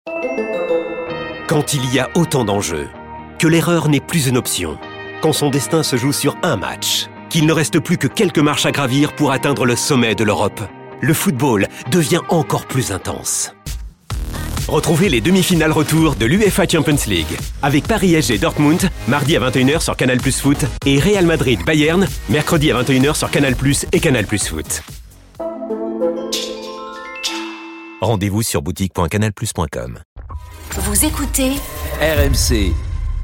Quand il y a autant d'enjeux, que l'erreur n'est plus une option, quand son destin se joue sur un match, qu'il ne reste plus que quelques marches à gravir pour atteindre le sommet de l'Europe, le football devient encore plus intense. Retrouvez les demi-finales retour de l'UEFA Champions League avec Paris SG Dortmund, mardi à 21h sur Canal+ Foot et Real Madrid Bayern, mercredi à 21h sur Canal+ et Canal+ Foot. Rendez-vous sur boutique.canalplus.com. Vous écoutez RMC.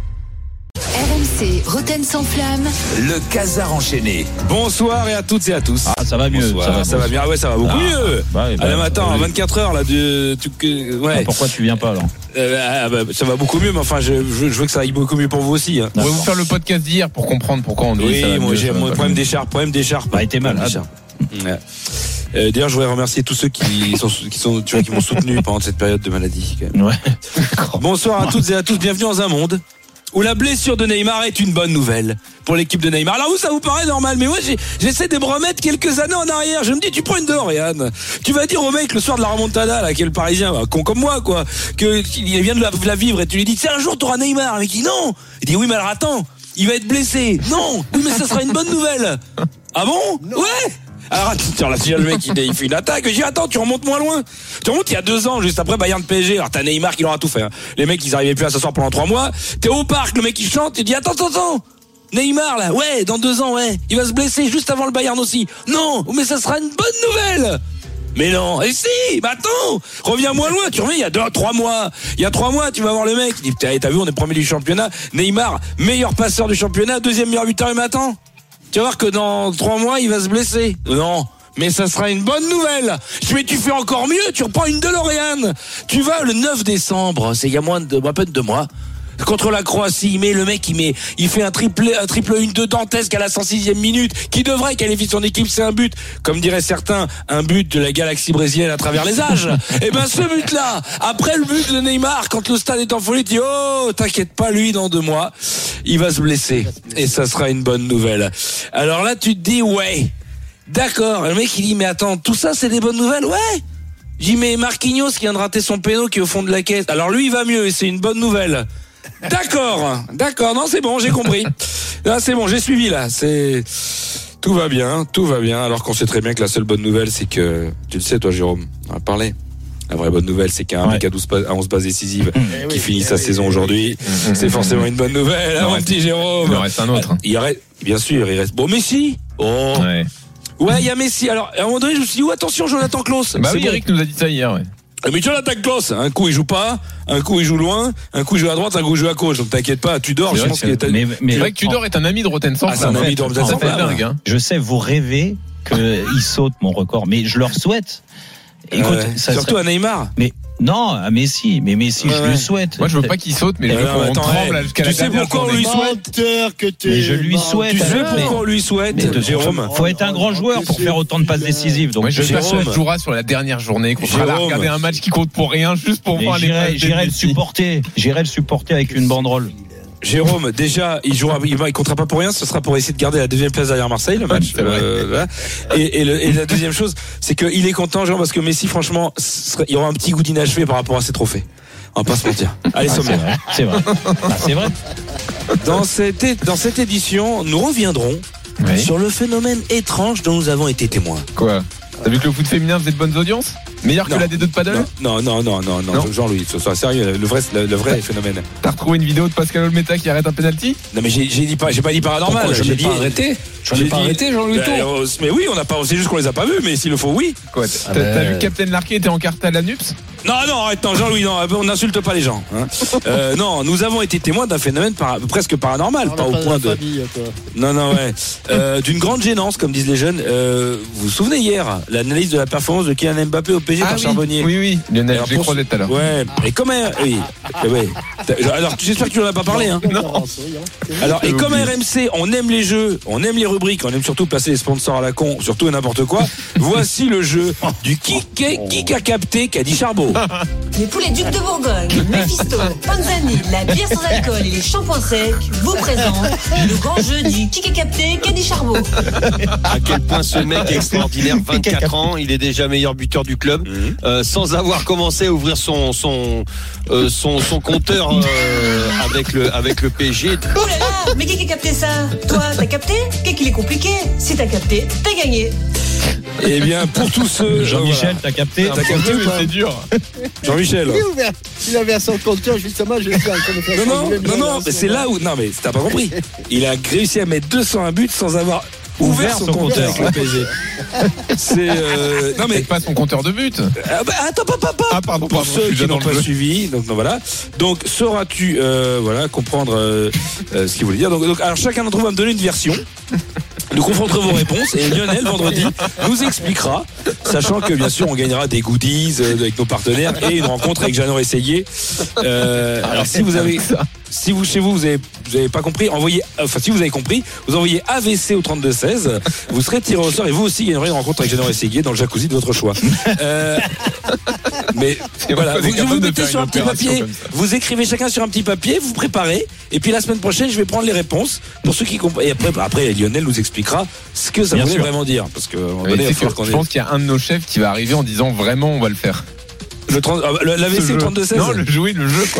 RMC, Roten sans flamme. Le Casar enchaîné. Bonsoir et à toutes et à tous. Ah, ça va mieux. Ça va bien. Ah ouais, ça va beaucoup mieux. Allez, attends, 24 heures là. Ouais. Pourquoi tu viens pas alors ça va beaucoup mieux, mais enfin, je veux que ça aille beaucoup mieux pour vous aussi. Hein. On va vous faire le podcast d'hier pour comprendre pourquoi on dit. Oui, moi j'ai mon problème d'écharpe. Bah, était malade. Ouais. D'ailleurs, je voudrais remercier tous ceux qui m'ont soutenu pendant cette période de maladie. Quand même. Ouais. Bonsoir à toutes et à tous. Bienvenue dans un monde où la blessure de Neymar est une bonne nouvelle pour l'équipe de Neymar. Alors vous, ça vous paraît normal, mais moi j'essaie de me remettre quelques années en arrière. Je me dis, tu prends une DeLorean, tu vas dire au mec le soir de la remontada là, qui est le Parisien, con comme moi quoi, que il vient de la vivre, et tu lui dis, tiens, un jour t'auras Neymar. Mais qui non, il dit oui, mais alors attends, il va être blessé. Non, oui, mais ça sera une bonne nouvelle. Ah bon? Non. Ouais. Alors attends, là, le mec il fait une attaque, je dis attends, tu remontes moins loin. Tu remontes il y a 2 ans, juste après Bayern PSG. Alors t'as Neymar qui l'aura tout fait. Hein. Les mecs ils arrivaient plus à s'asseoir pendant 3 mois. T'es au parc, le mec il chante, il dit attends. Neymar là, ouais, dans 2 ans, ouais, il va se blesser juste avant le Bayern aussi. Non, mais ça sera une bonne nouvelle. Mais non, et si, bah attends, reviens moins loin, tu reviens il y a 3 mois. Il y a 3 mois, tu vas voir le mec, il dit t'as vu, on est premier du championnat. Neymar, meilleur passeur du championnat, 2e meilleur buteur, mais attends. Tu vas voir que dans 3 mois, il va se blesser. Non, mais ça sera une bonne nouvelle. Mais tu fais encore mieux, tu reprends une DeLorean. Tu vas le 9 décembre, c'est il y a à peine 2 mois. Contre la Croatie, il fait un triple 1-2 dantesque à la 106e minute, qui devrait qualifier son équipe, c'est un but, comme diraient certains, un but de la galaxie brésilienne à travers les âges. Et ben ce but-là, après le but de Neymar, quand le stade est en folie, tu dis oh, t'inquiète pas, lui dans 2 mois, il va se blesser et ça sera une bonne nouvelle. Alors là, tu te dis ouais, d'accord. Et le mec il dit mais attends, tout ça c'est des bonnes nouvelles, ouais. J'ai dit mais Marquinhos qui vient de rater son péno qui est au fond de la caisse. Alors lui il va mieux et c'est une bonne nouvelle. D'accord, non c'est bon, j'ai compris. Là c'est bon, j'ai suivi là. Tout va bien. Alors qu'on sait très bien que la seule bonne nouvelle, c'est que tu le sais toi Jérôme, on a parlé. La vraie bonne nouvelle, c'est qu'un mec à 11 passes décisives qui finit sa saison aujourd'hui, c'est forcément une bonne nouvelle. Mon petit Jérôme. Il en reste un autre. Bien sûr, il reste. Bon, Messi. Oh. Ouais, il y a Messi. Alors à un moment donné, je me suis dit Attention, Jonathan Klaus. Bah oui, Eric nous a dit ça hier. Ouais. Mais Jonathan Klaus, un coup il joue pas, un coup il joue loin, un coup il joue à droite, un coup il joue à gauche. Donc t'inquiète pas, Tudor, je pense qu'il est. Mais c'est vrai que Tudor est un ami de Roten sans. C'est un ami de Roten sans. C'est dingue. Hein. Je sais, vous rêvez qu'il saute mon record, mais je leur souhaite. Écoute, surtout à Neymar. Mais non, à Messi. Mais Messi, je lui souhaite. Moi, je veux pas qu'il saute, mais je veux qu'on tremble jusqu'à la dernière. Tu sais pourquoi on lui souhaite? Mais je lui souhaite. Tu sais pourquoi on lui souhaite, Jérôme? Faut être un grand joueur pour faire autant de passes décisives. Donc, Jérôme jouera sur la dernière journée, qu'on sera là à regarder un match qui compte pour rien, juste pour voir les passes. J'irai le supporter avec une banderole. Jérôme, déjà, il comptera pas pour rien. Ce sera pour essayer de garder la 2e place derrière Marseille, le match. Et la deuxième chose, c'est qu'il est content, Jérôme, parce que Messi, franchement, il y aura un petit goût d'inachevé par rapport à ses trophées. On va pas se mentir. Allez, sommaire. C'est vrai. C'est vrai. Dans cette édition, nous reviendrons sur le phénomène étrange dont nous avons été témoins. Quoi? T'as vu que le foot féminin faisait de bonnes audiences? Meilleur que la D2 de paddle? Non. Jean-Louis, sois sérieux, le vrai phénomène. T'as retrouvé une vidéo de Pascal Olmeta qui arrête un penalty? Non, mais j'ai pas dit paranormal. J'en ai pas arrêté, Jean-Louis Tour. Mais oui, c'est juste qu'on les a pas vus, mais s'il le faut, oui. Quoi, t'as vu que Captain Larquet était encarté à la NUPS? Non, arrête, Jean-Louis, non, on n'insulte pas les gens. Hein. Non, nous avons été témoins d'un phénomène presque paranormal, pas au point de. Non, d'une grande gênance, comme disent les jeunes. Vous vous souvenez hier, l'analyse de la performance de Kylian Mbappé au PSG par Charbonnier? Oui, Lionel, je l'ai croisé tout à l'heure. Ouais, et comme alors, j'espère que tu n'en as pas parlé, hein. Non. Alors, et comme RMC, on aime les jeux, on aime les rubriques, on aime surtout placer les sponsors à la con, surtout n'importe quoi. Voici le jeu du qui a capté qu'a dit Charbot. Charbot. Les poulets Duc de Bourgogne, Mephisto, Panzani, la bière sans alcool et les shampoings secs vous présentent le grand jeu du qui est capté, qu'a dit Charbot. À quel point ce mec est extraordinaire, 24 ans, il est déjà meilleur buteur du club, sans avoir commencé à ouvrir son compteur avec le PSG. Oh là là, mais qui a capté ça? Toi, t'as capté? Qu'est-ce qu'il est compliqué? Si t'as capté, t'as gagné. Eh bien, pour tous ceux... Jean-Michel, t'as capté? T'as capté ou pas? C'est dur. Jean-Michel. Il avait un son compteur, justement, je vais faire un Non, mais c'est là où... Non, mais t'as pas compris. Il a réussi à mettre 201 buts sans avoir ouvert son compteur avec le PSG. Non mais c'est pas son compteur de but. Attends, pardon. Pour ceux qui n'ont pas suivi, donc voilà. Donc sauras-tu comprendre ce qu'il voulait dire. Donc alors chacun d'entre vous va me donner une version. Nous confronterons vos réponses et Lionel vendredi nous expliquera, sachant que bien sûr on gagnera des goodies avec nos partenaires et une rencontre avec Jeannot Essayé. Alors si vous chez vous avez pas compris, si vous avez compris, vous envoyez AVC au 3216, vous serez tiré au sort et vous aussi gagnerez une rencontre avec Jeannot Essayé dans le jacuzzi de votre choix. Mais voilà, vous mettez sur un petit papier, vous écrivez chacun sur un petit papier, vous préparez et puis la semaine prochaine je vais prendre les réponses pour ceux qui comprennent. Et après Lionel nous expliquera ce que ça voulait vraiment dire, parce que je pense qu'il y a un de nos chefs qui va arriver en disant vraiment on va le faire. L'AVC au 32-16. Non, le jeu quoi.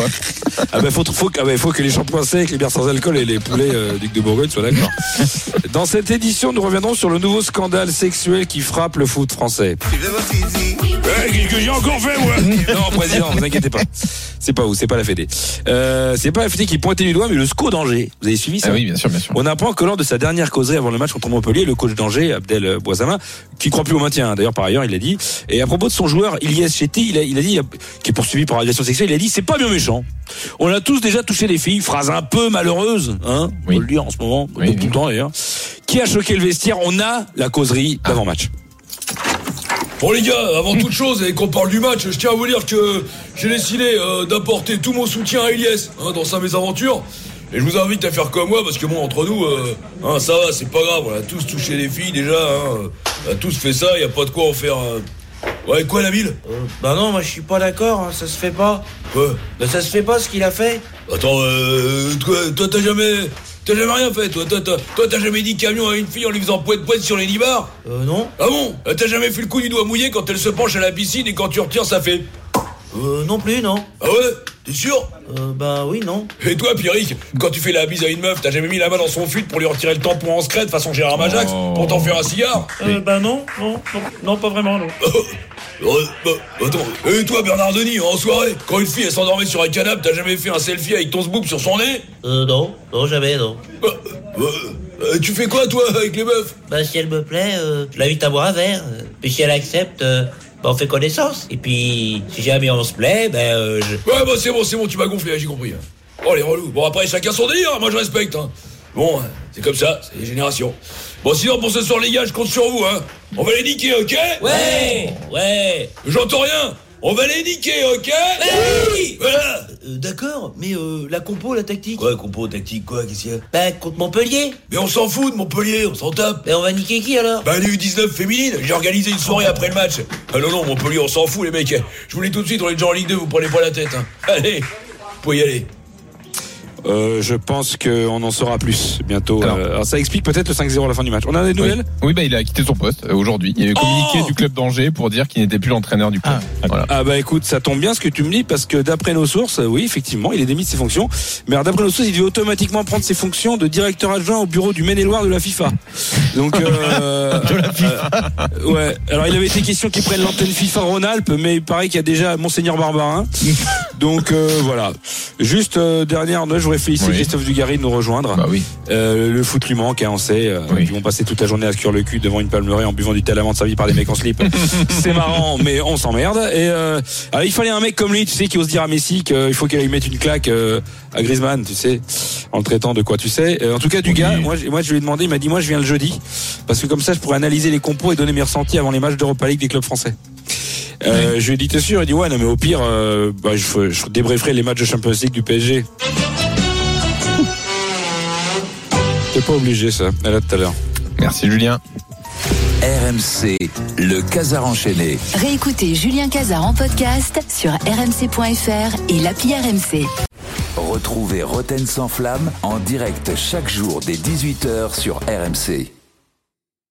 Faut que les shampoings secs, les bières sans alcool et les poulets Duc de Bourgogne soient d'accord. Dans cette édition, nous reviendrons sur le nouveau scandale sexuel qui frappe le foot français. Qu'est-ce que j'ai encore fait, moi? Non, président, vous inquiétez pas. C'est pas vous, c'est pas la Fédé. C'est pas la Fédé qui pointait du doigt, mais le SCO d'Angers. Vous avez suivi ça? Oui, bien sûr. On apprend que lors de sa dernière causerie avant le match contre Montpellier, le coach d'Angers, Abdel Boisama, qui croit plus au maintien, d'ailleurs par ailleurs, il l'a dit. Et à propos de son joueur, Ilyes Chetty, il a dit, qui est poursuivi pour agression sexuelle, il a dit, c'est pas bien méchant. On a tous déjà touché des filles, phrase un peu malheureuse, hein, on peut le dire en ce moment, tout le temps d'ailleurs. Qui a choqué le vestiaire? On a la causerie d'avant-match. Bon les gars, avant toute chose, et qu'on parle du match, je tiens à vous dire que j'ai décidé d'apporter tout mon soutien à Ilyes dans sa mésaventure. Et je vous invite à faire comme moi, parce que bon, entre nous, ça va, c'est pas grave, on a tous touché les filles déjà, on a tous fait ça, y a pas de quoi en faire... Ouais, quoi Nabil? Bah non, moi je suis pas d'accord, ça se fait pas. Quoi? Bah ça se fait pas ce qu'il a fait. Attends, toi t'as jamais rien fait, toi t'as jamais dit camion à une fille en lui faisant poète sur les nibards? Non. Ah bon? T'as jamais fait le coup du doigt mouillé quand elle se penche à la piscine et quand tu retires ça fait... Non plus, non. Ah ouais? T'es sûr? Bah oui, non. Et toi Pierrick, quand tu fais la bise à une meuf, t'as jamais mis la main dans son fut pour lui retirer le tampon en secrète façon Gérard Majax pour t'en faire un cigare? Bah non, pas vraiment, non. Attends, et toi Bernard Denis, en soirée, quand une fille elle s'endormait sur un canapé, t'as jamais fait un selfie avec ton zboob sur son nez? Non, jamais, non. Tu fais quoi toi avec les meufs? Bah si elle me plaît, je l'invite à boire un verre. Puis si elle accepte, on fait connaissance. Et puis si jamais on se plaît, Ouais bah c'est bon, tu m'as gonflé, j'ai compris. Oh les relous. Bon après chacun son délire, moi je respecte. Bon, c'est comme ça, c'est les générations. Bon sinon pour ce soir les gars, je compte sur vous On va les niquer, ok? Ouais. J'entends rien. On va les niquer, ok? Oui. Voilà. D'accord, mais la compo, la tactique? Quoi, compo, tactique, quoi, qu'est-ce qu'il y a? Bah, contre Montpellier. Mais on s'en fout de Montpellier, on s'en tape. Mais on va niquer qui alors? Bah, les U19 féminines, j'ai organisé une soirée après le match. Ah non, Montpellier, on s'en fout, les mecs. Je vous le dis tout de suite, on est déjà en Ligue 2, vous prenez pas la tête. Allez, vous pouvez y aller. Je pense qu'on en saura plus bientôt. Alors ça explique peut-être le 5-0 à la fin du match. On a des nouvelles? Oui, il a quitté son poste aujourd'hui. Il y a eu communiqué du club d'Angers pour dire qu'il n'était plus l'entraîneur du club. Écoute, ça tombe bien ce que tu me dis, parce que d'après nos sources, oui, effectivement, il est démis de ses fonctions. Mais alors, d'après nos sources, il devait automatiquement prendre ses fonctions de directeur adjoint au bureau du Maine-et-Loire de la FIFA. Donc, de la FIFA. Ouais. Alors, il avait été question qu'il prenne l'antenne FIFA Rhône-Alpes, mais il paraît qu'il y a déjà Monseigneur Barbarin. Donc, voilà. Juste, dernière note, je voudrais féliciter Christophe Dugarry de nous rejoindre. Le foot lui manque, on sait. Ils vont passer toute la journée à se cuire le cul devant une palmeraie en buvant du thé à l'amande servi par des mecs en slip. C'est marrant, mais on s'emmerde. Et alors, il fallait un mec comme lui, tu sais, qui ose dire à Messi qu'il faut qu'il aille mettre une claque à Griezmann, tu sais, en le traitant de quoi, tu sais. En tout cas, Dugas, moi je lui ai demandé, il m'a dit, moi je viens le jeudi, parce que comme ça je pourrais analyser les compos et donner mes ressentis avant les matchs d'Europa League des clubs français. Je lui ai dit, t'es sûr? Il dit, ouais, non, mais au pire, je débrieferai les matchs de Champions League du PSG. T'es pas obligé, ça. À là tout à l'heure. Merci, Julien. RMC, le Casar enchaîné. Réécoutez Julien Casar en podcast sur rmc.fr et l'appli RMC. Retrouvez Roten sans flamme en direct chaque jour dès 18h sur RMC.